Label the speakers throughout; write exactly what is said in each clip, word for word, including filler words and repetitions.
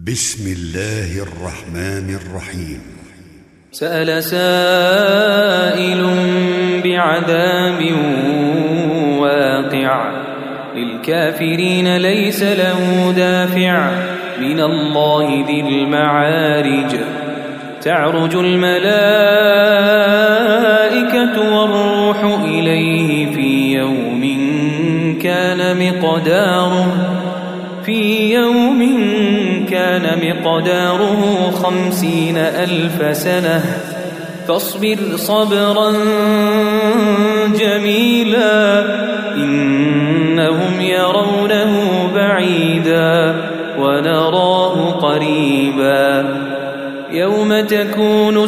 Speaker 1: بسم الله الرحمن الرحيم.
Speaker 2: سأل سائل بعذاب واقع للكافرين ليس له دافع من الله ذي المعارج. تعرج الملائكة والروح إليه في يوم كان مقداره في يوم كان مقداره خمسين ألف سنة فاصبر صبرا جميلا إنهم يرونه بعيدا ونراه قريبا. يوم تكون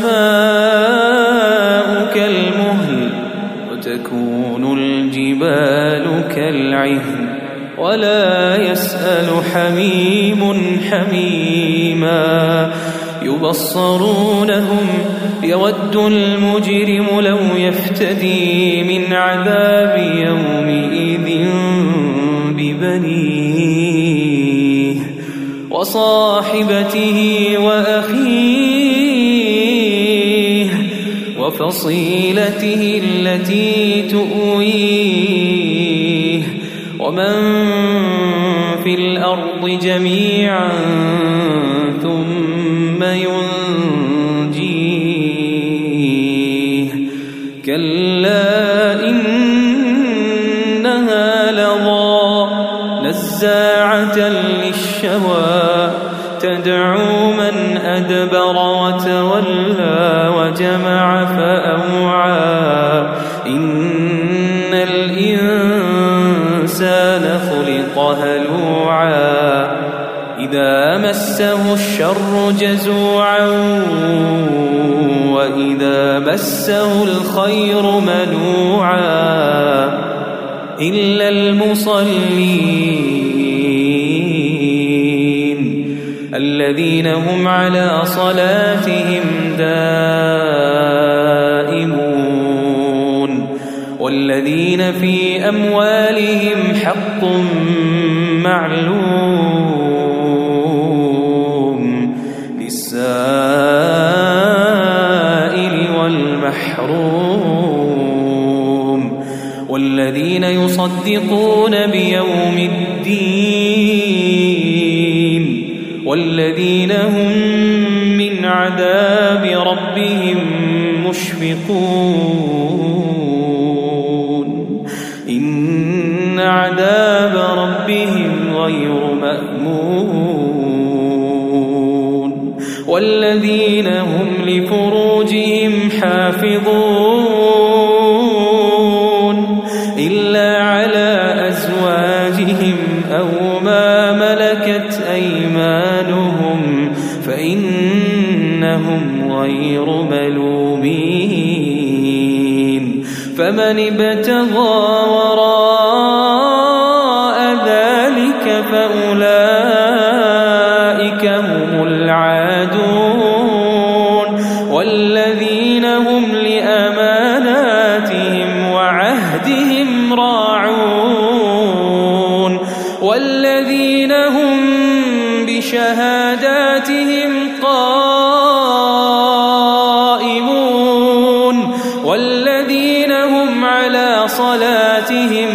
Speaker 2: السماء كالمهل وتكون الجبال كالعهن ولا يسأل حميم حميما. يبصرونهم يود المجرم لو يفتدي من عذاب يومئذ ببنيه وصاحبته وأخيه وفصيلته التي تؤويه ومن في الأرض جميعا ثم ينجيه. كلا إنها لظى نزاعة للشوى تدعو من أدبر وتولى وجمع فأوعى. إن الإنسان خلق هلوعا إذا مسه الشر جزوعا وإذا مسه الخير منوعا إلا المصلين الذين هم على صلاتهم دائمون والذين في أموالهم حق معلوم للسائل والمحروم والذين يصدقون بيوم الدين والذين هم من عذاب ربهم مشفقون. إن عذاب ربهم غير مأمون والذين هم لفروجهم حافظون إلا على أزواجهم أو ما ملكت أيمانهم فإنهم غير ملومين. فمن ابتغى وراء ذلك فأولئك هم العادون والذين هم لأماناتهم وعهدهم راعون والذين هم بشهاداتهم قائمون والذين هم على صلاتهم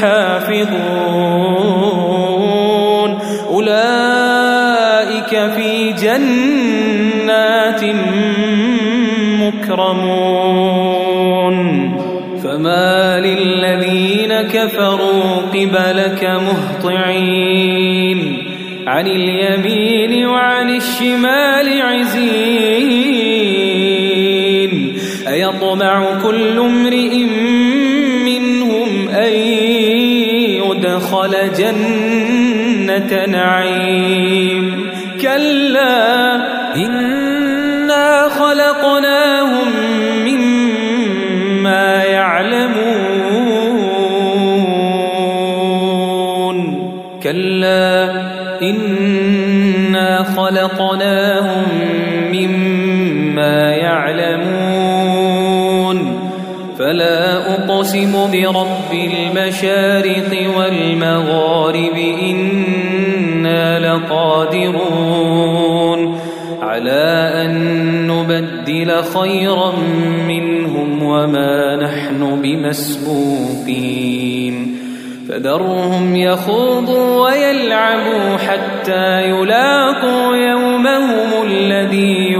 Speaker 2: يحافظون أولئك في جنات مكرمون. فما للذين كفروا قبلك مهطعين عن اليمين وعن الشمال عزين أيطمع كل امرئ منهم أن يدخل جنة نعيم كلا إنا خلقناهم مما يعلمون كلا إنا خلقناهم مما يعلمون فلا أقسم برب المشارق والمغارب إنا لقادرون على أن نبدل خيرا منهم وما نحن بمسبوقين فذرهم يخوضوا ويلعبوا حتى يلاقوا يومهم الذي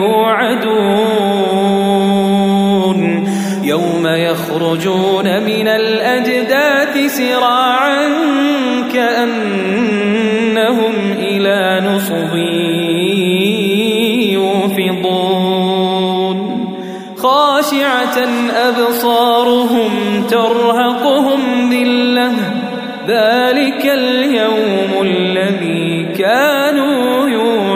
Speaker 2: يوعدون يوم يخرجون من الأجداث سراعا كأنهم إلى نصب يوفضون خاشعة أبصارهم ترهقهم ذلة ذلك اليوم الذي كانوا يوعدون